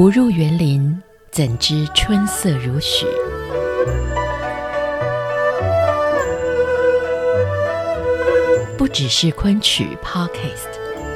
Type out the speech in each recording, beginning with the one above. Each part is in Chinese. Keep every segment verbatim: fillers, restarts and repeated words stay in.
不入园林，怎知春色如许？不只是昆曲 Podcast。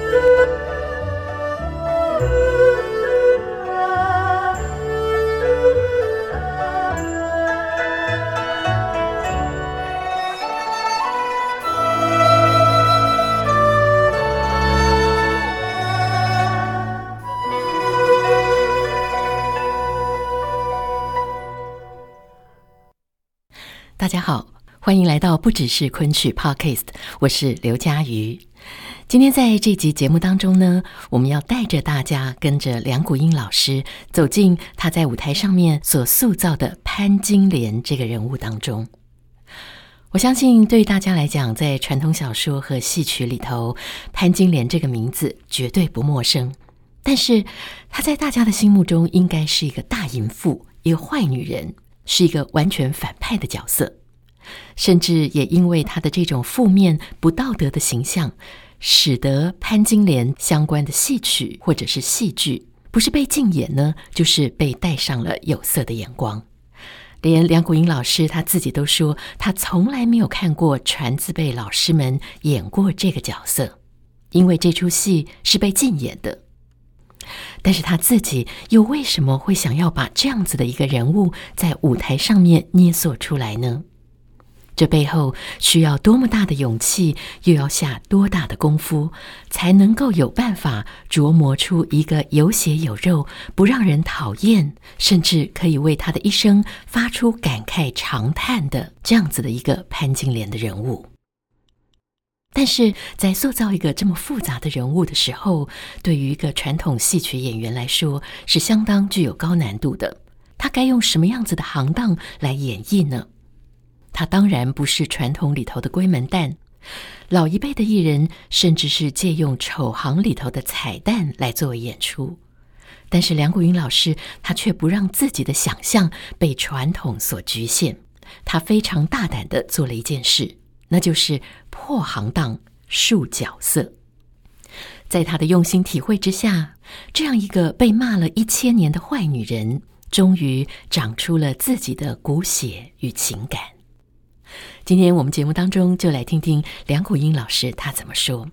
大家好，欢迎来到不只是昆曲 Podcast， 我是刘嘉瑜。今天在这集节目当中呢，我们要带着大家跟着梁谷音老师走进他在舞台上面所塑造的潘金莲这个人物当中。我相信对于大家来讲，在传统小说和戏曲里头，潘金莲这个名字绝对不陌生，但是她在大家的心目中应该是一个大淫妇，一个坏女人，是一个完全反派的角色，甚至也因为他的这种负面不道德的形象，使得潘金莲相关的戏曲或者是戏剧不是被禁演呢，就是被戴上了有色的眼光。连梁谷音老师他自己都说，他从来没有看过传字辈老师们演过这个角色，因为这出戏是被禁演的。但是他自己又为什么会想要把这样子的一个人物在舞台上面捏塑出来呢？这背后需要多么大的勇气，又要下多大的功夫，才能够有办法琢磨出一个有血有肉，不让人讨厌，甚至可以为他的一生发出感慨长叹的这样子的一个潘金莲的人物。但是在塑造一个这么复杂的人物的时候，对于一个传统戏曲演员来说是相当具有高难度的。他该用什么样子的行当来演绎呢？他当然不是传统里头的闺门旦，老一辈的艺人甚至是借用丑行里头的彩蛋来作为演出。但是梁谷音老师他却不让自己的想象被传统所局限，他非常大胆地做了一件事，那就是破行当树角色。在他的用心体会之下，这样一个被骂了一千年的坏女人，终于长出了自己的骨血与情感。今天我们节目当中就来听听梁谷音老师他怎么说。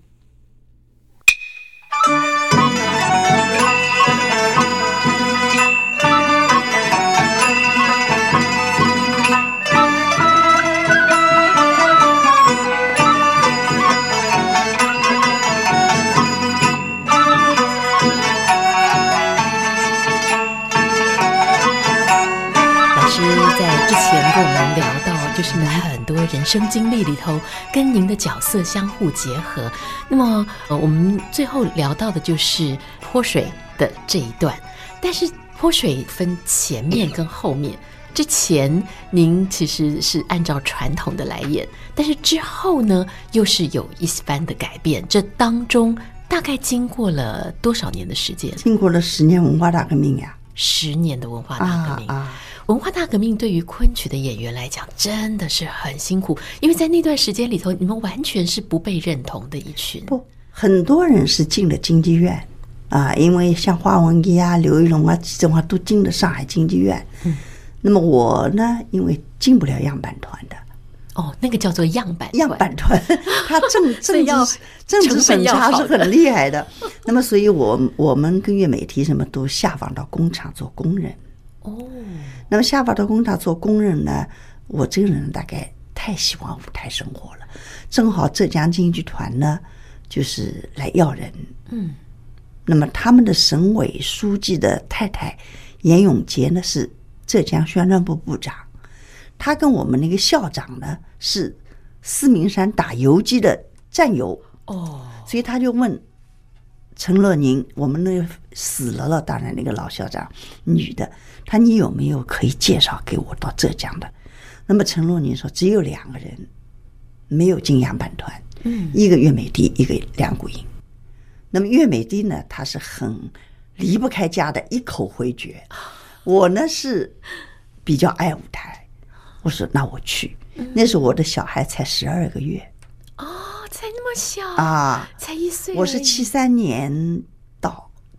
在之前跟我们聊到，就是您很多人生经历里头跟您的角色相互结合。那么呃，我们最后聊到的就是泼水的这一段，但是泼水分前面跟后面，之前您其实是按照传统的来演，但是之后呢又是有一番的改变，这当中大概经过了多少年的时间？ 经过了十年文化大革命呀， 十年的文化大革命啊啊文化大革命对于昆曲的演员来讲真的是很辛苦，因为在那段时间里头，你们完全是不被认同的一群。 不，很多人是进了京剧院啊，因为像华文艺啊、刘玉龙啊，这种话都进了上海京剧院。嗯，那么我呢，因为进不了样板团的。 哦，那个叫做样板团样板团，他政政治政治审查是很厉害的。那么，所以我我们跟粤美提什么都下放到工厂做工人。 哦， 那么下放到工厂做工人呢，我这个人大概太喜欢舞台生活了，正好浙江京剧团呢就是来要人。嗯，那么他们的省委书记的太太严永杰呢是浙江宣传部部长，他跟我们那个校长呢是四明山打游击的战友。哦，所以他就问陈乐宁，我们那个死了了，当然那个老校长女的，他你有没有可以介绍给我到浙江的？那么陈乐宁说只有两个人没有进样板团，嗯，一个岳美娣，一个梁谷音。那么岳美娣呢，她是很离不开家的，一口回绝。我呢是比较爱舞台，我说那我去。那时候我的小孩才十二个月。 哦，才那么小啊， 才一岁。 我是七三年到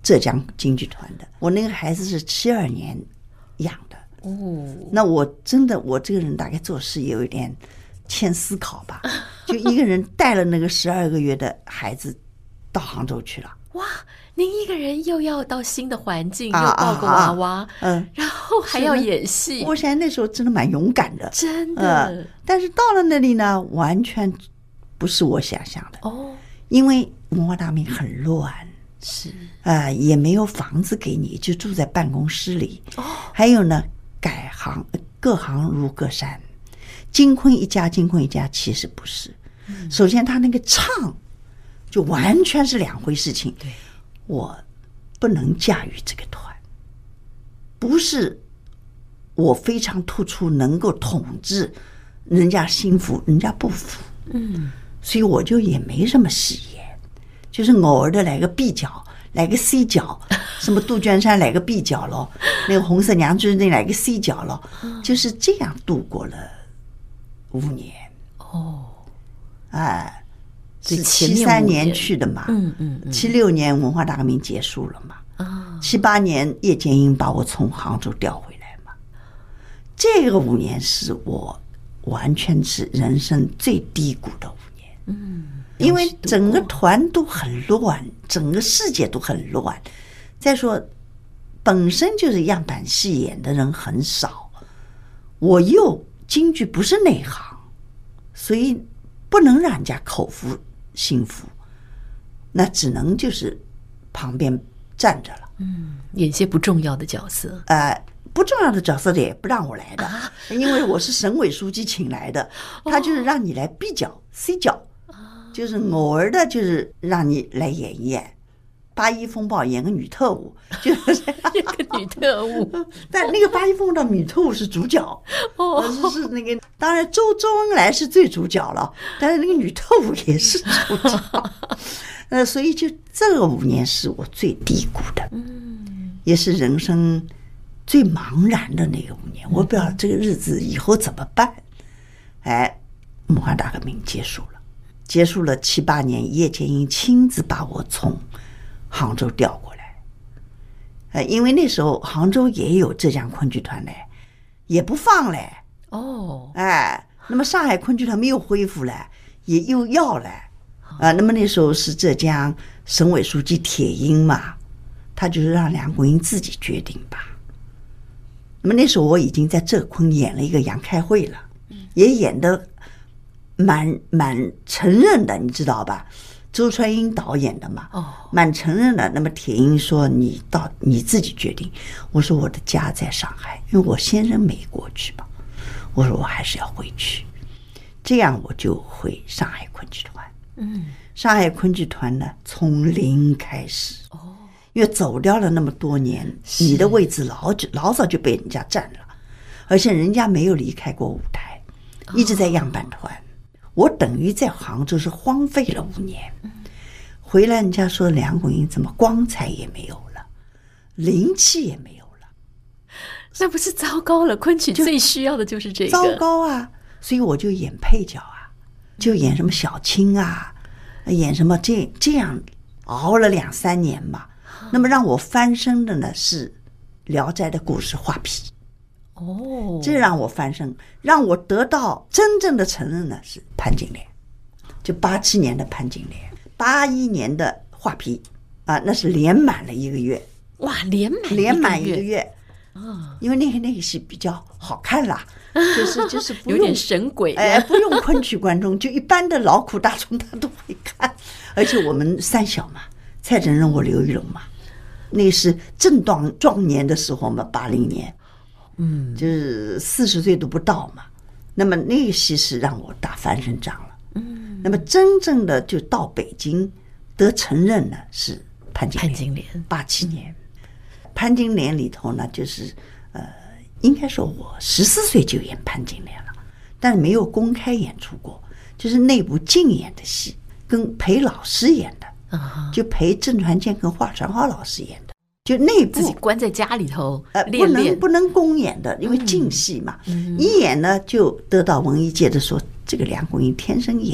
浙江京剧团的。我那个孩子是七二年养的哦，那我真的我这个人大概做事也有一点欠思考吧，就一个人带了那个十二个月的孩子到杭州去了。 哇，您一个人又要到新的环境，又抱个娃娃，啊啊、嗯，然后还要演戏。 我想那时候真的蛮勇敢的， 真的、 呃。但是到了那里呢，完全不是我想象的哦，因为文化大革命很乱， 是啊、呃，也没有房子给你，就住在办公室里。哦，还有呢，改行各行如各山，金昆一家，金昆一家，其实不是。嗯、首先，他那个唱。就完全是两回事情， 对， 我不能驾驭这个团，不是我非常突出能够统治人家心服，人家不服，嗯，所以我就也没什么戏演，就是偶尔的来个 B 角，来个 C 角，什么杜鹃山来个 B 角咯，那个红色娘子那来个 C 角咯，就是这样度过了五年。 哦， 哎。是七三年去的嘛，嗯嗯嗯，七六年文化大革命结束了嘛，啊，七八年叶剑英把我从杭州调回来嘛，这个五年是我完全是人生最低谷的五年，嗯，因为整个团都很乱，整个世界都很乱。再说，本身就是样板戏演的人很少，我又京剧不是内行，所以不能让人家口服。幸福，那只能就是旁边站着了， 嗯，演些不重要的角色， 呃，不重要的角色的也不让我来的，啊、因为我是省委书记请来的，他就是让你来 B 角、C 角，就是偶尔的，就是让你来演一演。八一风暴演个女特务，就是演个女特务， 但那个八一风暴的女特务是主角，哦，是是那个，当然周周恩来是最主角了，但是那个女特务也是主角，呃，所以就这个五年是我最低谷的，嗯，也是人生最茫然的那个五年，我不知道这个日子以后怎么办，哎，文化大革命结束了，结束了七八年，叶剑英亲自把我从杭州调过来，呃，因为那时候杭州也有浙江昆剧团嘞，也不放嘞。哦，哎，那么上海昆剧团没有恢复了，也又要了，啊、呃，那么那时候是浙江省委书记铁英嘛，他就是让梁国英自己决定吧。那么那时候我已经在浙昆演了一个杨开慧了，也演得蛮蛮承认的，你知道吧？周传英导演的嘛，哦，蛮承认的。那么铁英说：“你到你自己决定。”我说：“我的家在上海，因为我先生没过去嘛。”我说：“我还是要回去。”这样我就回上海昆剧团。嗯，上海昆剧团呢，从零开始。哦，因为走掉了那么多年，你的位置老老早就被人家占了，而且人家没有离开过舞台，一直在样板团。哦，我等于在杭州是荒废了五年，回来人家说梁国英怎么光彩也没有了，灵气也没有了， 那不是糟糕了？昆曲最需要的就是这个， 糟糕啊！所以我就演配角啊，就演什么小青啊，演什么这这样熬了两三年嘛。那么让我翻身的呢是《聊斋》的故事画皮。哦，这让我翻身，让我得到真正的承认呢是潘金莲，就八七年的潘金莲，八一年的画皮啊，那是连满了一个月。 哇，连满连满一个月啊、哦！因为那个那个戏比较好看啦，就是就是不用有点神鬼， 哎，不用昆曲观众，就一般的劳苦大众他都会看。而且我们三小嘛，蔡振仁我刘玉龙嘛，那是正壮壮年的时候嘛，八零年。嗯，就是四十岁都不到嘛，那么那个戏是让我打翻身仗了。嗯，那么真正的就到北京得承认呢是潘金莲， 潘金莲八七年，潘金莲里头呢就是呃，应该说我十四岁就演潘金莲了，但是没有公开演出过，就是内部竞演的戏，跟陪老师演的，就陪郑传健跟华传浩老师演的。就内部自己关在家里头呃， 练练， 不能不能公演的，因为竞戏嘛。嗯、一演呢，就得到文艺界的说，这个梁国英天生演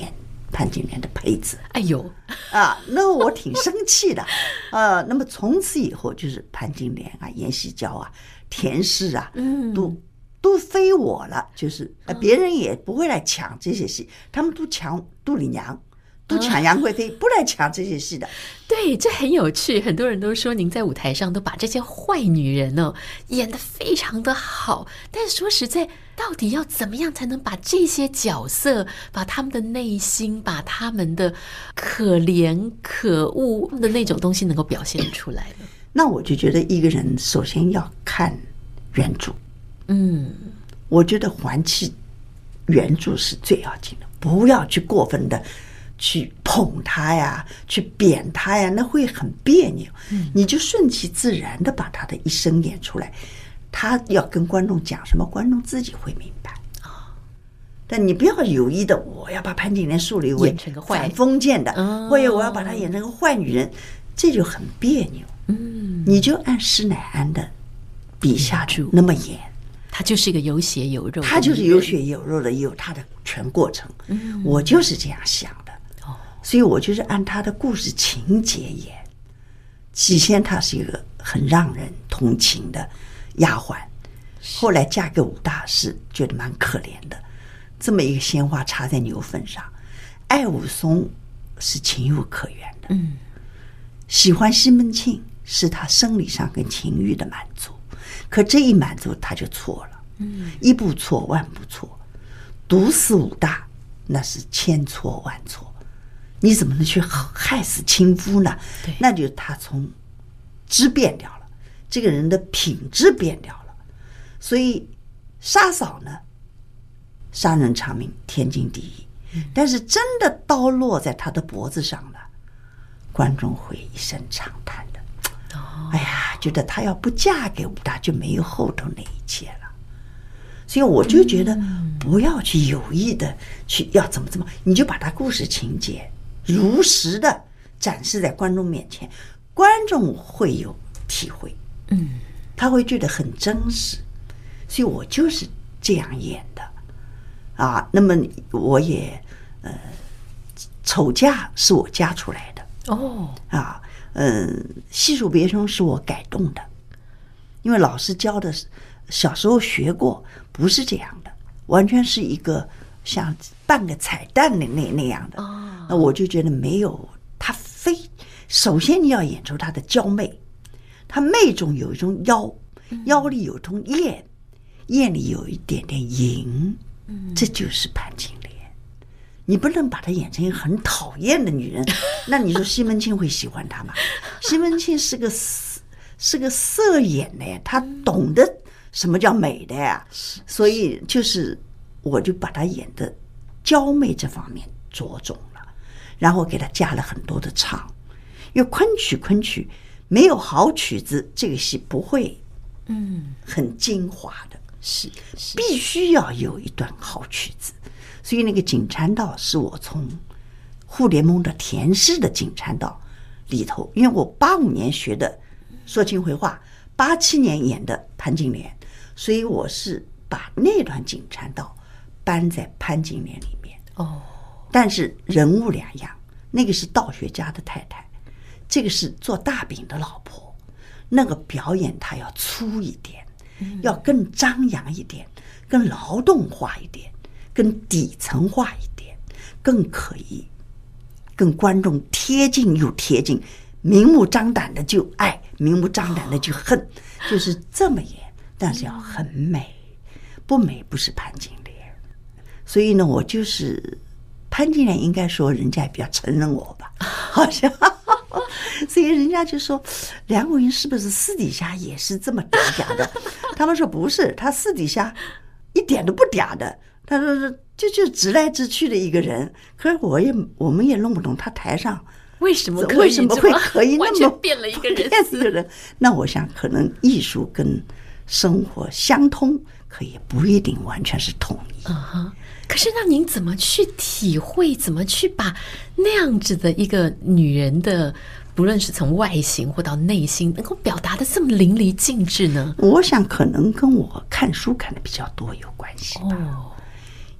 潘金莲的胚子。 哎呦啊，那我挺生气的。呃，那么从此以后就是潘金莲啊、阎锡娇啊、田氏啊，嗯，都都非我了，就是呃别人也不会来抢这些戏，他们都抢杜丽娘。都抢杨贵妃，不来抢这些戏的。 对，这很有趣。很多人都说您在舞台上都把这些坏女人哦演得非常的好，但是说实在，到底要怎么样才能把这些角色，把他们的内心，把他们的可怜可恶的那种东西能够表现出来呢？ 那我就觉得一个人首先要看原著。嗯，我觉得还其原著是最要紧的，不要去过分的去捧他呀，去贬他呀，那会很别扭。嗯，你就顺其自然的把他的一生演出来，他要跟观众讲什么，观众自己会明白。但你不要有意的，我要把潘金莲树立为反封建的，或者我要把她演成个坏女人，这就很别扭。嗯，你就按施乃安的笔下住那么演。 他就是一个有血有肉， 他就是有血有肉的，有他的全过程。嗯，我就是这样想的。哦，所以我就是按他的故事情节演。起先她是一个很让人同情的丫鬟，后来嫁给武大士，觉得蛮可怜的。这么一个鲜花插在牛粪上，爱武松是情有可原的。嗯，喜欢西门庆是他生理上跟情欲的满足。可这一满足他就错了，嗯，一步错万步错，毒死武大那是千错万错，你怎么能去害死亲夫呢？对，那就是他从质变掉了，这个人的品质变掉了。所以杀嫂呢，杀人偿命，天经地义，嗯，但是真的刀落在他的脖子上了，观众会一声长叹的。哎呀，觉得她要不嫁给武大就没有后头那一切了，所以我就觉得不要去有意的去要怎么怎么，你就把她故事情节如实的展示在观众面前，观众会有体会，嗯，他会觉得很真实，所以我就是这样演的啊。那么我也呃，丑嫁是我嫁出来的哦啊。嗯，细数别兄是我改动的，因为老师教的，小时候学过，不是这样的，完全是一个像半个彩蛋的那那样的。那我就觉得没有他非，首先你要演出他的娇媚，他媚中有一种妖，妖里有一种艳，艳里有一点点淫，这就是潘金莲。你不能把她演成一个很讨厌的女人，那你说西门庆会喜欢她吗？西门庆是个是个色眼的呀，他懂得什么叫美的呀，所以就是我就把她演的娇媚这方面着重了，然后给她加了很多的唱，因为昆曲昆曲没有好曲子，这个戏不会嗯很精华的，是必须要有一段好曲子。所以那个锦禅道是我从互联盟的田氏的锦禅道里头，因为我八五年学的说秦回话，八七年演的潘金莲，所以我是把那段锦禅道搬在潘金莲里面。哦，但是人物两样，那个是道学家的太太，这个是做大饼的老婆，那个表演它要粗一点，要更张扬一点，更劳动化一点，更底层化一点，更可以跟观众贴近又贴近，明目张胆的就爱，明目张胆的就恨，就是这么演，但是要很美，不美不是潘金莲。所以呢，我就是潘金莲，应该说人家也比较承认我吧，好像所以人家就说梁国英是不是私底下也是这么嗲的？他们说不是，他私底下一点都不嗲的。他说是就就直来直去的一个人，可是我也我们也弄不懂他台上为什么为什么会可以那么变了一个人， 变一个人。那我想可能艺术跟生活相通，可也不一定完全是统一。 嗯哼。可是那您怎么去体会，怎么去把那样子的一个女人的，不论是从外形或到内心，能够表达的这么淋漓尽致呢？ 我想可能跟我看书看的比较多有关系吧。哦，因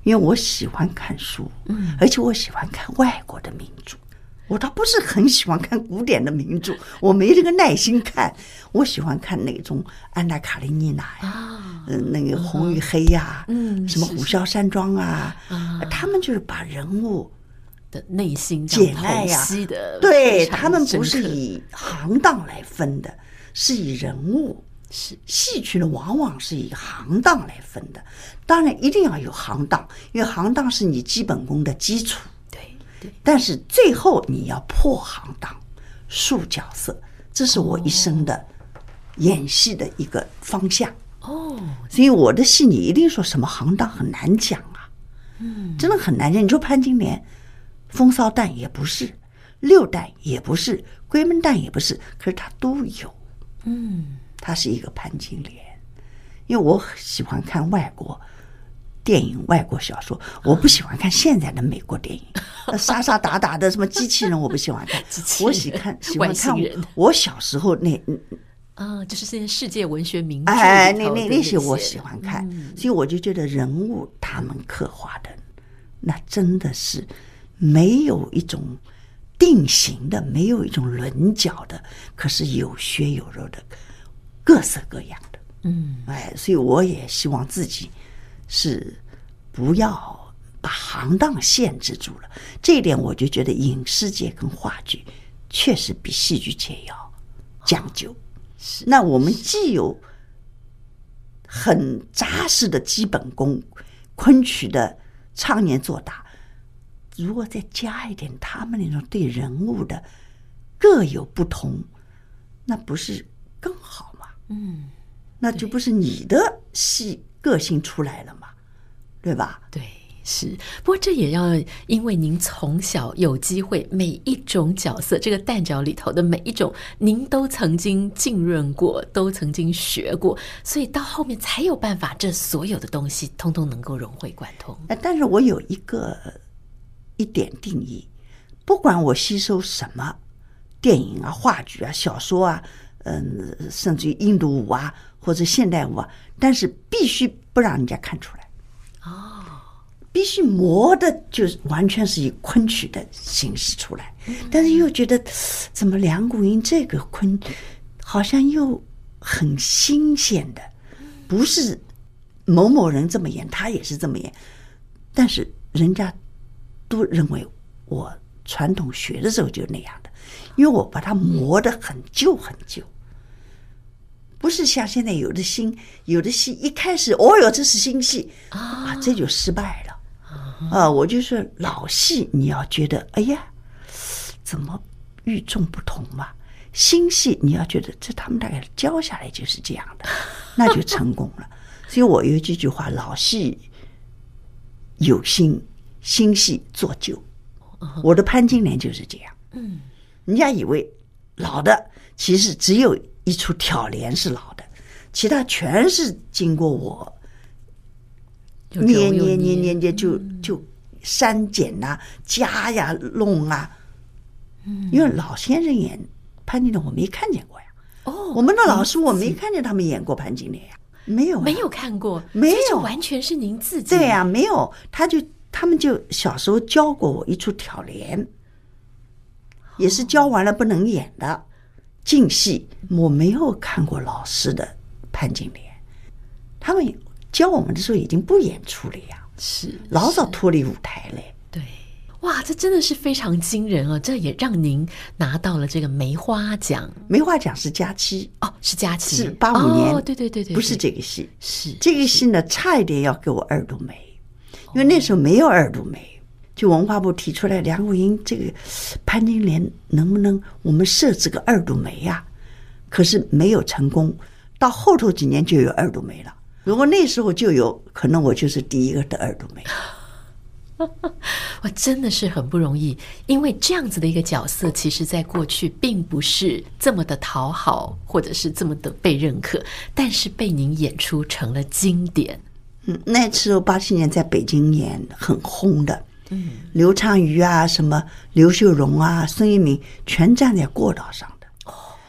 因为我喜欢看书，嗯，而且我喜欢看外国的名著。我倒不是很喜欢看古典的名著，我没这个耐心看。我喜欢看那种安娜卡列尼娜呀，啊、嗯，那个红与黑呀、啊，嗯，什么虎啸山庄啊，啊他们就是把人物的内心简爱呀，对他们不是以行当来分的，是以人物。是戏曲呢，往往是以行当来分的。当然一定要有行当，因为行当是你基本功的基础。但是最后你要破行当，塑角色，这是我一生的演戏的一个方向。哦，所以我的戏你一定说什么行当很难讲啊，嗯，真的很难讲。你说潘金莲，风骚旦也不是，六旦也不是，闺门旦也不是，可是他都有。嗯，他是一个潘金莲，因为我喜欢看外国电影、外国小说，我不喜欢看现在的美国电影，杀杀打打的什么机器人，我不喜欢看。我喜看喜欢看我小时候那啊，就是这些世界文学名著， 哎，那那那些我喜欢看，嗯、所以我就觉得人物他们刻画的，那真的是没有一种定型的，没有一种棱角的，可是有血有肉的，各色各样的。嗯，哎，所以我也希望自己是不要把行当限制住了，这一点我就觉得影视界跟话剧确实比戏剧界要讲究。是，那我们既有很扎实的基本功，昆曲的唱念做打，如果再加一点他们那种对人物的各有不同，那不是更好吗？嗯，那就不是你的戏个性出来了嘛，对吧？ 对，是。不过这也要因为您从小有机会，每一种角色，这个旦角里头的每一种，您都曾经浸润过，都曾经学过，所以到后面才有办法，这所有的东西通通能够融会贯通。 但是我有一个一点定义，不管我吸收什么电影啊、话剧啊、小说啊，嗯，甚至于印度舞啊或者现代舞啊，但是必须不让人家看出来。哦，必须磨的就是完全是以昆曲的形式出来，但是又觉得怎么梁谷音这个昆好像又很新鲜的，不是某某人这么演，他也是这么演，但是人家都认为我传统学的时候就那样的，因为我把它磨得很旧很旧。不是像现在有的新有的戏一开始哦哟这是新戏啊，这就失败了啊！我就说老戏你要觉得哎呀怎么与众不同嘛，新戏你要觉得这他们大概教下来就是这样的，那就成功了。所以我有这句话，老戏有新，新戏做旧。我的潘金莲就是这样，嗯，人家以为老的其实只有一出挑帘是老的，其他全是经过我捏捏捏捏捏就就删减啊、加呀、弄啊。因为老先生演潘金莲我没看见过呀。哦，我们的老师我没看见他们演过潘金莲呀，没有、啊， 没有看过， 没有， 完全是您自己。 对呀、啊，没有，他就他们就小时候教过我一出挑帘，也是教完了不能演的。净戏我没有看过老师的潘金莲，他们教我们的时候已经不演出了呀，是老早脱离舞台嘞。 对，哇，这真的是非常惊人啊！这也让您拿到了这个梅花奖。 梅花奖是佳期哦，是佳期， 是八五年。 哦，对对对 对, 对， 不是这个戏， 是这个戏呢，差一点要给我二度梅，因为那时候没有二度梅。就文化部提出来，梁谷音这个潘金莲能不能我们设置个二度梅呀、啊？可是没有成功，到后头几年就有二度梅了。如果那时候就有，可能我就是第一个的二度梅。 我真的是很不容易，因为这样子的一个角色，其实在过去并不是这么的讨好，或者是这么的被认可，但是被您演出成了经典。 嗯，那时候八七年在北京演很红的。嗯，刘畅瑜啊，什么刘秀荣啊，孙一鸣全站在过道上的。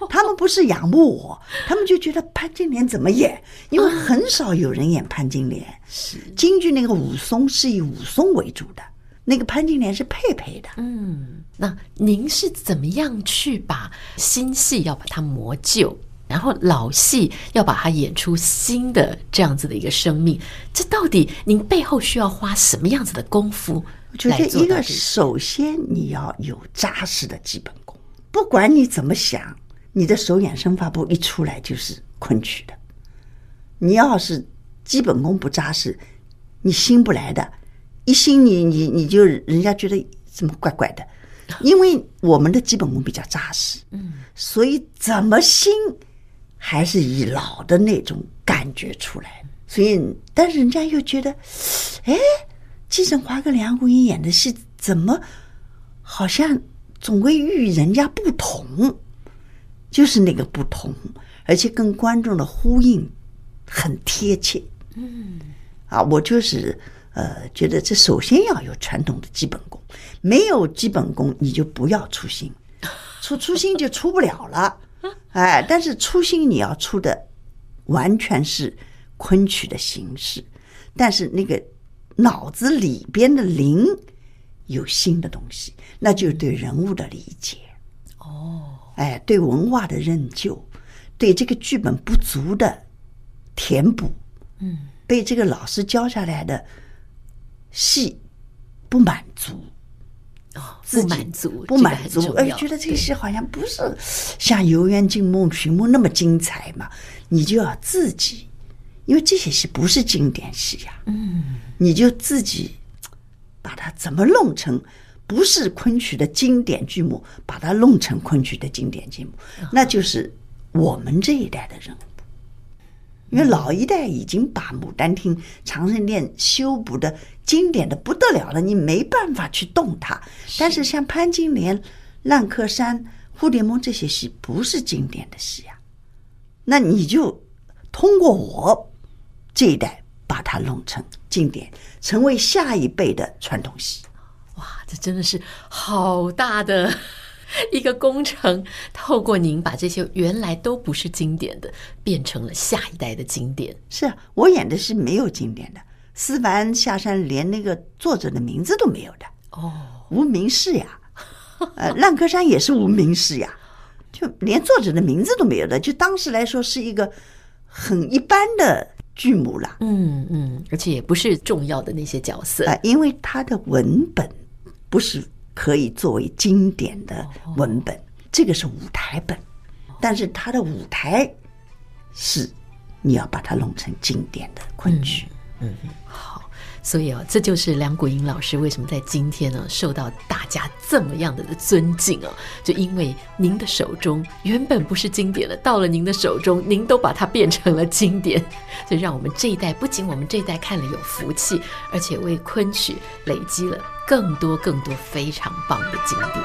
他们不是仰慕我，他们就觉得潘金莲怎么演，因为很少有人演潘金莲。 是京剧那个武松是以武松为主的，那个潘金莲是佩佩的。 嗯，那您是怎么样去把新戏要把它磨旧，然后老戏要把它演出新的这样子的一个生命？这到底您背后需要花什么样子的功夫？ 我觉得一个，首先你要有扎实的基本功，不管你怎么想，你的手眼身法步一出来就是昆曲的。你要是基本功不扎实，你新不来的，一新你你你就人家觉得怎么怪怪的。因为我们的基本功比较扎实，嗯，所以怎么新还是以老的那种感觉出来。所以，但是人家又觉得，哎。季振华跟梁谷音演的戏怎么好像总归与人家不同，就是那个不同，而且跟观众的呼应很贴切。嗯，啊，我就是呃觉得这首先要有传统的基本功，没有基本功你就不要出新，出出新就出不了了。哎，但是出新你要出的完全是昆曲的形式，但是那个脑子里边的灵有新的东西，那就是对人物的理解哦，哎，对文化的认究，对这个剧本不足的填补，嗯，被这个老师教下来的戏不满足， 哦，不满足， 不满足，哎，觉得这个戏好像不是像《游园惊梦》《寻梦》那么精彩嘛，你就要自己。因为这些戏不是经典戏呀、啊，嗯，你就自己把它怎么弄成不是昆曲的经典剧目，把它弄成昆曲的经典剧目，那就是我们这一代的任务。因为老一代已经把《牡丹亭》《长生殿》修补的经典的不得了了，你没办法去动它。但是像潘金莲、烂柯山、蝴蝶梦这些戏不是经典的戏啊，那你就通过我这一代把它弄成经典，成为下一辈的传统戏。 哇，这真的是好大的一个工程，透过您把这些原来都不是经典的变成了下一代的经典。 是啊，我演的是没有经典的，思凡下山连那个作者的名字都没有的哦，无名氏呀，呃，烂柯山也是无名氏呀，就连作者的名字都没有的，就当时来说是一个很一般的剧目了， 嗯嗯，而且也不是重要的那些角色啊、呃，因为它的文本不是可以作为经典的文本，哦、这个是舞台本，但是它的舞台是你要把它弄成经典的昆曲。 嗯嗯，好，所以啊，这就是梁谷音老师为什么在今天呢受到大家这么样的尊敬哦，就因为您的手中原本不是经典的，到了您的手中，您都把它变成了经典，所以让我们这一代，不仅我们这一代看了有福气，而且为昆曲累积了更多更多非常棒的经典。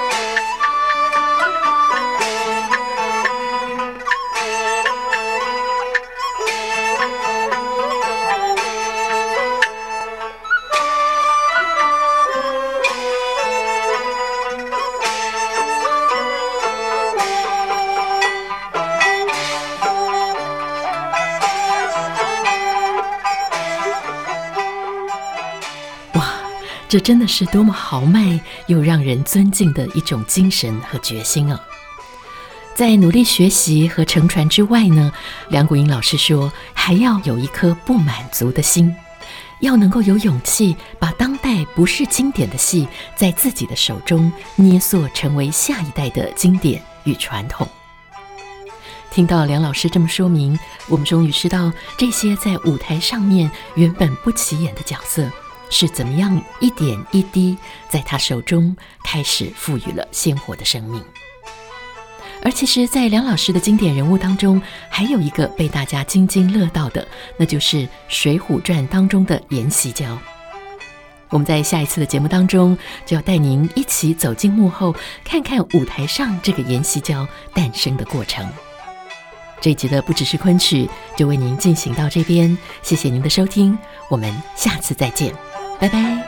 这真的是多么豪迈又让人尊敬的一种精神和决心啊！在努力学习和承传之外呢，梁谷音老师说，还要有一颗不满足的心，要能够有勇气把当代不是经典的戏，在自己的手中捏塑成为下一代的经典与传统。听到梁老师这么说明，我们终于知道这些在舞台上面原本不起眼的角色是怎么样一点一滴在他手中开始赋予了鲜活的生命。而其实在梁老师的经典人物当中，还有一个被大家津津乐道的，那就是《水浒传》当中的阎锡蛟。我们在下一次的节目当中就要带您一起走进幕后，看看舞台上这个阎锡蛟诞生的过程。这一集的不只是昆曲就为您进行到这边，谢谢您的收听，我们下次再见，拜拜。